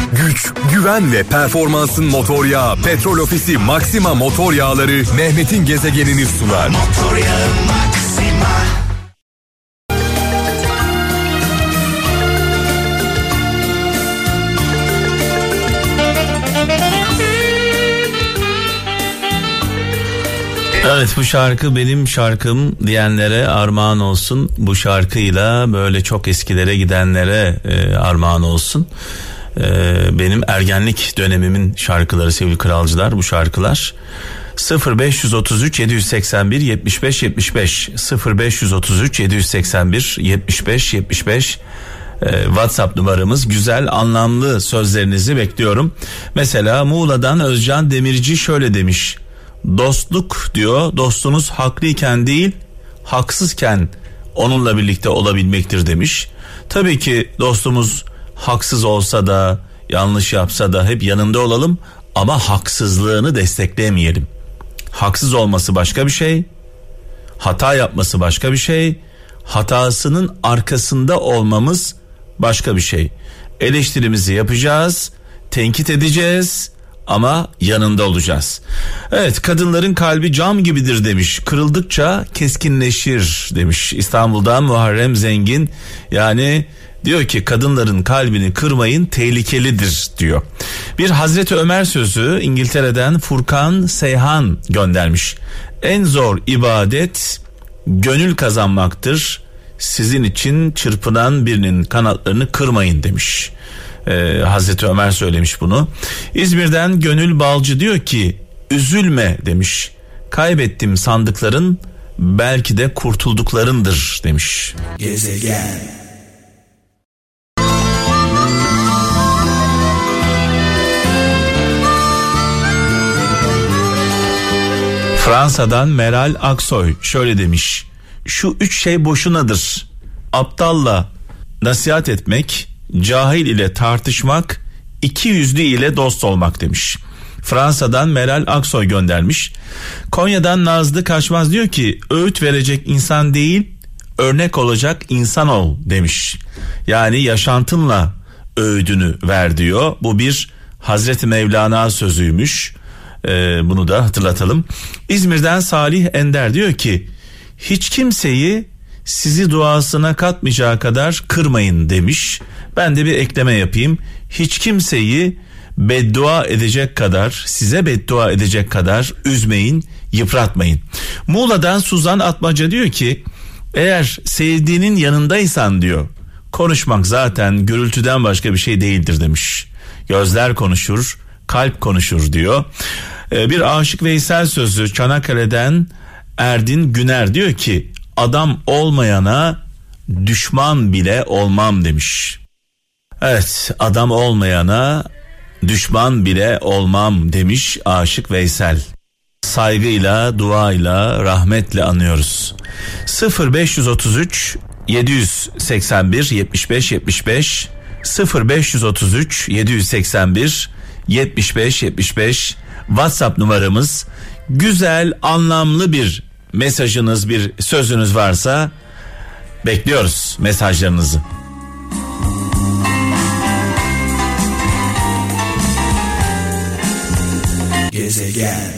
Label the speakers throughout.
Speaker 1: güç, güven ve performansın motor yağı Petrol Ofisi Maxima motor yağları Mehmet'in gezegenini sunar. Motor yağı Maxima.
Speaker 2: Evet, bu şarkı benim şarkım diyenlere armağan olsun. Bu şarkıyla böyle çok eskilere gidenlere armağan olsun. Benim ergenlik dönemimin şarkıları sevgili kralcılar, bu şarkılar. 0533 781 75 75 0533 781 75 75 WhatsApp numaramız. Güzel anlamlı sözlerinizi bekliyorum. Mesela Muğla'dan Özcan Demirci şöyle demiş: dostluk diyor, dostunuz haklıyken değil haksızken onunla birlikte olabilmektir demiş. Tabii ki dostumuz haksız olsa da yanlış yapsa da hep yanında olalım ama haksızlığını desteklemeyelim. Haksız olması başka bir şey, hata yapması başka bir şey, hatasının arkasında olmamız başka bir şey. Eleştirimizi yapacağız, tenkit edeceğiz ama yanında olacağız. Evet, kadınların kalbi cam gibidir demiş. Kırıldıkça keskinleşir demiş. İstanbul'dan Muharrem Zengin. Yani diyor ki kadınların kalbini kırmayın, tehlikelidir diyor. Bir Hazreti Ömer sözü İngiltere'den Furkan Seyhan göndermiş. En zor ibadet gönül kazanmaktır. Sizin için çırpınan birinin kanatlarını kırmayın demiş. Hazreti Ömer söylemiş bunu. İzmir'den Gönül Balcı diyor ki üzülme demiş. Kaybettim sandıkların belki de kurtulduklarındır demiş.
Speaker 3: Gezegen.
Speaker 2: Fransa'dan Meral Aksoy şöyle demiş: şu 3 şey boşunadır. Aptalla nasihat etmek, cahil ile tartışmak, ikiyüzlü ile dost olmak demiş. Fransa'dan Meral Aksoy göndermiş. Konya'dan Nazlı Kaçmaz diyor ki öğüt verecek insan değil, örnek olacak insan ol demiş. Yani yaşantınla öğüdünü ver diyor. Bu bir Hazreti Mevlana sözüymüş. Bunu da hatırlatalım. İzmir'den Salih Ender diyor ki hiç kimseyi sizi duasına katmayacağı kadar kırmayın demiş. Ben de bir ekleme yapayım. Hiç kimseyi beddua edecek kadar, size beddua edecek kadar üzmeyin, yıpratmayın. Muğla'dan Suzan Atmaca diyor ki eğer sevdiğinin yanındaysan diyor, konuşmak zaten gürültüden başka bir şey değildir demiş. Gözler konuşur, kalp konuşur diyor. Bir Aşık Veysel sözü Çanakkale'den Erdin Güner diyor ki adam olmayana düşman bile olmam demiş. Evet, adam olmayana düşman bile olmam demiş Aşık Veysel. Saygıyla, duayla, rahmetle anıyoruz. 0533 781 75 75 0533 781 75 75 WhatsApp numaramız. Güzel, anlamlı bir mesajınız, bir sözünüz varsa bekliyoruz mesajlarınızı.
Speaker 3: Gezegen.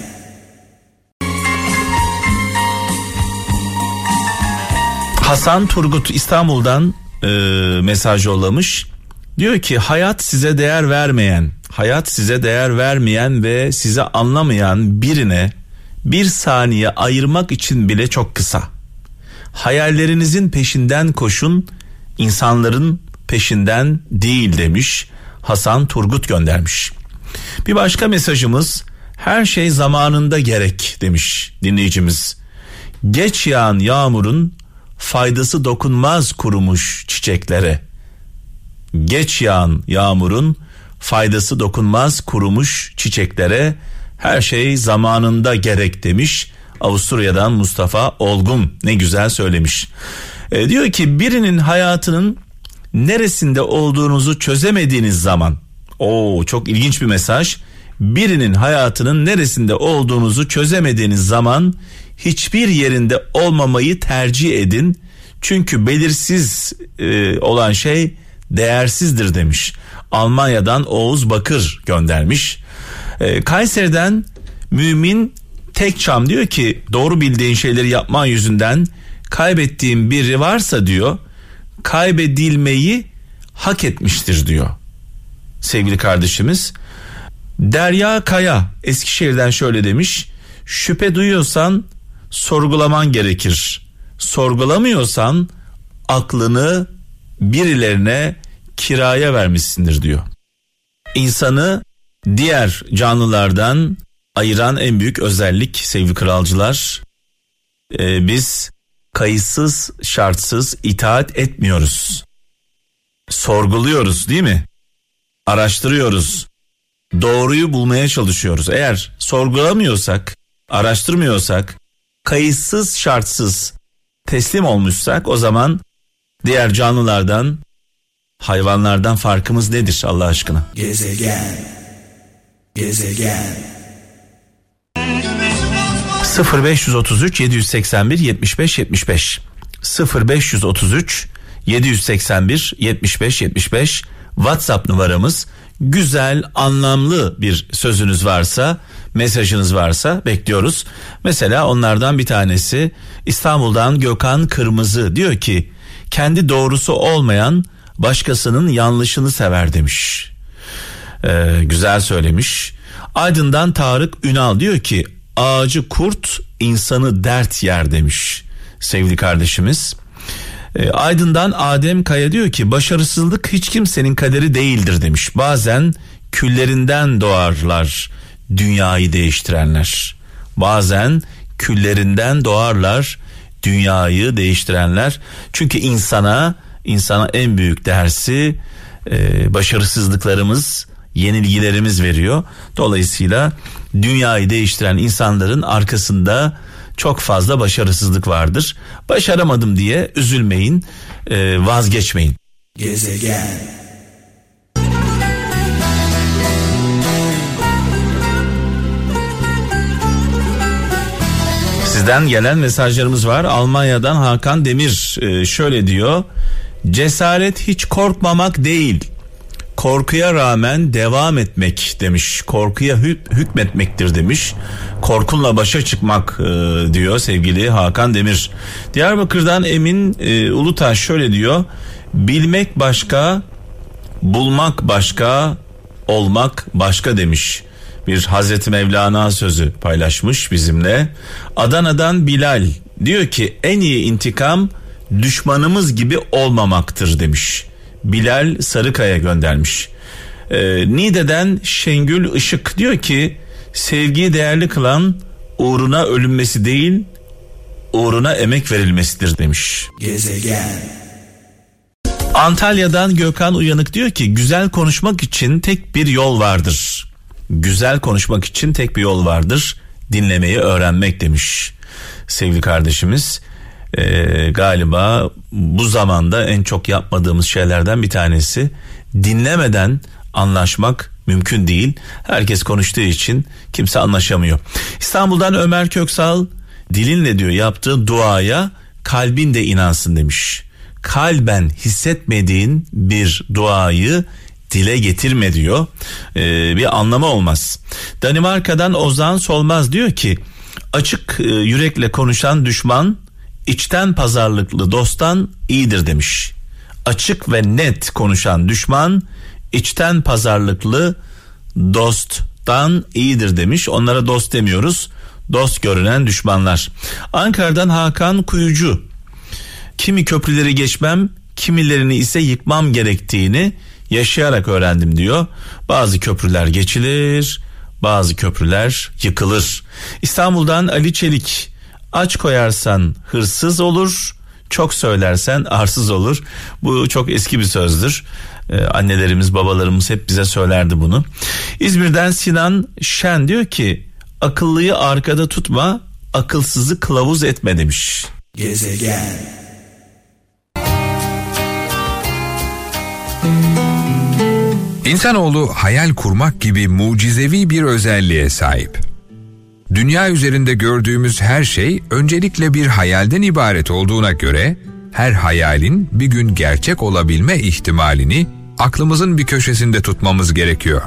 Speaker 2: Hasan Turgut İstanbul'dan mesaj yollamış. Diyor ki hayat size değer vermeyen, hayat size değer vermeyen ve sizi anlamayan birine bir saniye ayırmak için bile çok kısa. Hayallerinizin peşinden koşun, insanların peşinden değil demiş. Hasan Turgut göndermiş. Bir başka mesajımız her şey zamanında gerek demiş dinleyicimiz. Geç yağan yağmurun faydası dokunmaz kurumuş çiçeklere. Geç yağan yağmurun faydası dokunmaz kurumuş çiçeklere, her şey zamanında gerek demiş. Avusturya'dan Mustafa Olgun ne güzel söylemiş. Diyor ki birinin hayatının neresinde olduğunuzu çözemediğiniz zaman, çok ilginç bir mesaj. Birinin hayatının neresinde olduğunuzu çözemediğiniz zaman hiçbir yerinde olmamayı tercih edin. Çünkü belirsiz olan şey değersizdir demiş. Almanya'dan Oğuz Bakır göndermiş. Kayseri'den Mümin Tekçam diyor ki doğru bildiğin şeyleri yapman yüzünden kaybettiğin biri varsa diyor kaybedilmeyi hak etmiştir diyor sevgili kardeşimiz. Derya Kaya Eskişehir'den şöyle demiş: şüphe duyuyorsan sorgulaman gerekir, sorgulamıyorsan aklını birilerine kiraya vermişsindir diyor. İnsanı diğer canlılardan ayıran en büyük özellik sevgili kralcılar, biz kayıtsız şartsız itaat etmiyoruz. Sorguluyoruz değil mi? Araştırıyoruz. Doğruyu bulmaya çalışıyoruz. Eğer sorgulamıyorsak, araştırmıyorsak, kayıtsız şartsız teslim olmuşsak o zaman diğer canlılardan, hayvanlardan farkımız nedir Allah aşkına?
Speaker 3: Gezegen.
Speaker 2: 0533 781 75 75 0533 781 75 75 WhatsApp numaramız. Güzel, anlamlı bir sözünüz varsa, mesajınız varsa bekliyoruz. Mesela onlardan bir tanesi İstanbul'dan Gökhan Kırmızı diyor ki kendi doğrusu olmayan başkasının yanlışını sever demiş. Güzel söylemiş. Aydın'dan Tarık Ünal diyor ki ağacı kurt, insanı dert yer demiş sevgili kardeşimiz. Aydın'dan Adem Kaya diyor ki başarısızlık hiç kimsenin kaderi değildir demiş. Bazen küllerinden doğarlar dünyayı değiştirenler. Bazen küllerinden doğarlar dünyayı değiştirenler. Çünkü insana en büyük dersi başarısızlıklarımız, yenilgilerimiz veriyor. Dolayısıyla dünyayı değiştiren insanların arkasında çok fazla başarısızlık vardır. Başaramadım diye üzülmeyin, vazgeçmeyin.
Speaker 3: Gezegen.
Speaker 2: Sizden gelen mesajlarımız var. Almanya'dan Hakan Demir şöyle diyor: cesaret hiç korkmamak değil, korkuya rağmen devam etmek demiş. Korkuya hükmetmektir demiş. Korkunla başa çıkmak diyor sevgili Hakan Demir. Diyarbakır'dan Emin Ulutaş şöyle diyor: bilmek başka, bulmak başka, olmak başka demiş. Bir Hazreti Mevlana sözü paylaşmış bizimle. Adana'dan Bilal diyor ki en iyi intikam düşmanımız gibi olmamaktır demiş. Bilal Sarıkaya göndermiş. Niğde'den Şengül Işık diyor ki sevgiyi değerli kılan uğruna ölünmesi değil, uğruna emek verilmesidir demiş.
Speaker 3: Gezegen.
Speaker 2: Antalya'dan Gökhan Uyanık diyor ki güzel konuşmak için tek bir yol vardır. Güzel konuşmak için tek bir yol vardır. Dinlemeyi öğrenmek demiş sevgili kardeşimiz. Galiba bu zamanda en çok yapmadığımız şeylerden bir tanesi. Dinlemeden anlaşmak mümkün değil. Herkes konuştuğu için kimse anlaşamıyor. İstanbul'dan Ömer Köksal dilinle diyor yaptığı duaya kalbin de inansın demiş. Kalben hissetmediğin bir duayı dile getirme diyor. Bir anlamı olmaz. Danimarka'dan Ozan Solmaz diyor ki açık yürekle konuşan düşman içten pazarlıklı dosttan iyidir demiş. Açık ve net konuşan düşman içten pazarlıklı dosttan iyidir demiş. Onlara dost demiyoruz. Dost görünen düşmanlar. Ankara'dan Hakan Kuyucu. Kimi köprüleri geçmem, kimilerini ise yıkmam gerektiğini yaşayarak öğrendim diyor. Bazı köprüler geçilir, bazı köprüler yıkılır. İstanbul'dan Ali Çelik. Aç koyarsan hırsız olur, çok söylersen arsız olur. Bu çok eski bir sözdür. Annelerimiz, babalarımız hep bize söylerdi bunu. İzmir'den Sinan Şen diyor ki akıllıyı arkada tutma, akılsızı kılavuz etme demiş.
Speaker 3: Gezegen.
Speaker 4: İnsanoğlu hayal kurmak gibi mucizevi bir özelliğe sahip. Dünya üzerinde gördüğümüz her şey öncelikle bir hayalden ibaret olduğuna göre her hayalin bir gün gerçek olabilme ihtimalini aklımızın bir köşesinde tutmamız gerekiyor.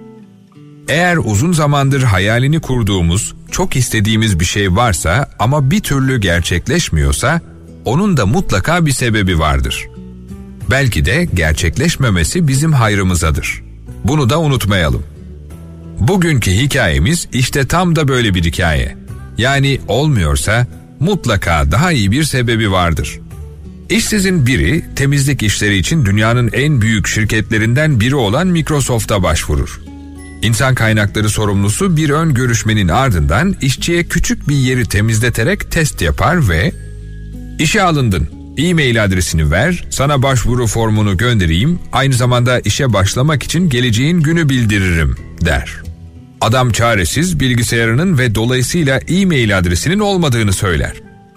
Speaker 4: Eğer uzun zamandır hayalini kurduğumuz, çok istediğimiz bir şey varsa ama bir türlü gerçekleşmiyorsa, onun da mutlaka bir sebebi vardır. Belki de gerçekleşmemesi bizim hayrımızadır. Bunu da unutmayalım. Bugünkü hikayemiz işte tam da böyle bir hikaye. Yani olmuyorsa mutlaka daha iyi bir sebebi vardır. İşsizin biri temizlik işleri için dünyanın en büyük şirketlerinden biri olan Microsoft'a başvurur. İnsan kaynakları sorumlusu bir ön görüşmenin ardından işçiye küçük bir yeri temizleterek test yapar ve "İşe alındın, e-mail adresini ver, sana başvuru formunu göndereyim, aynı zamanda işe başlamak için geleceğin günü bildiririm" der. Adam çaresiz bilgisayarının ve dolayısıyla e-mail adresinin olmadığını söyler.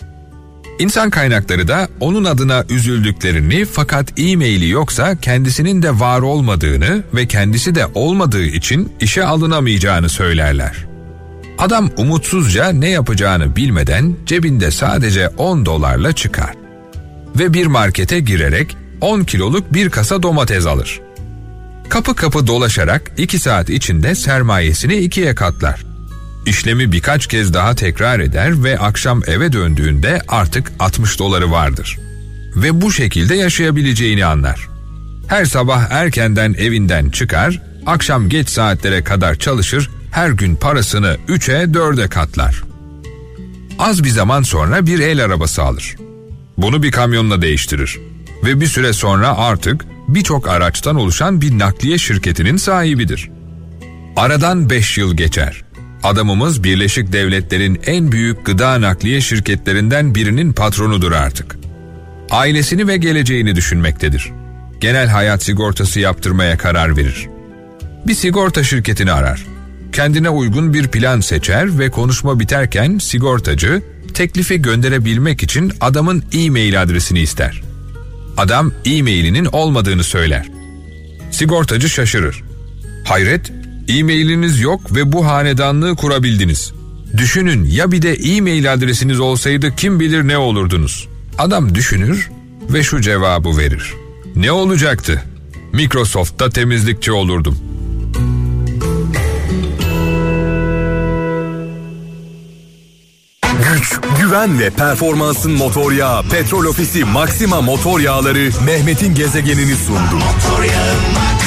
Speaker 4: İnsan kaynakları da onun adına üzüldüklerini fakat e-maili yoksa kendisinin de var olmadığını ve kendisi de olmadığı için işe alınamayacağını söylerler. Adam umutsuzca ne yapacağını bilmeden cebinde sadece $10 çıkar. Ve bir markete girerek 10 kiloluk bir kasa domates alır. Kapı kapı dolaşarak 2 saat içinde sermayesini 2'ye katlar. İşlemi birkaç kez daha tekrar eder ve akşam eve döndüğünde artık $60 vardır. Ve bu şekilde yaşayabileceğini anlar. Her sabah erkenden evinden çıkar, akşam geç saatlere kadar çalışır, her gün parasını 3'e 4'e katlar. Az bir zaman sonra bir el arabası alır. Bunu bir kamyonla değiştirir. Ve bir süre sonra artık birçok araçtan oluşan bir nakliye şirketinin sahibidir. Aradan 5 yıl geçer. Adamımız Birleşik Devletler'in en büyük gıda nakliye şirketlerinden birinin patronudur artık. Ailesini ve geleceğini düşünmektedir. Genel hayat sigortası yaptırmaya karar verir. Bir sigorta şirketini arar. Kendine uygun bir plan seçer ve konuşma biterken sigortacı teklifi gönderebilmek için adamın e-mail adresini ister. Adam e-mailinin olmadığını söyler. Sigortacı şaşırır. "Hayret, e-mailiniz yok ve bu hanedanlığı kurabildiniz. Düşünün ya bir de e-mail adresiniz olsaydı kim bilir ne olurdunuz." Adam düşünür ve şu cevabı verir. "Ne olacaktı? Microsoft'ta temizlikçi olurdum."
Speaker 1: Güç, güven ve performansın motor yağı Petrol Ofisi Maxima motor yağları Mehmet'in gezegenini sundu.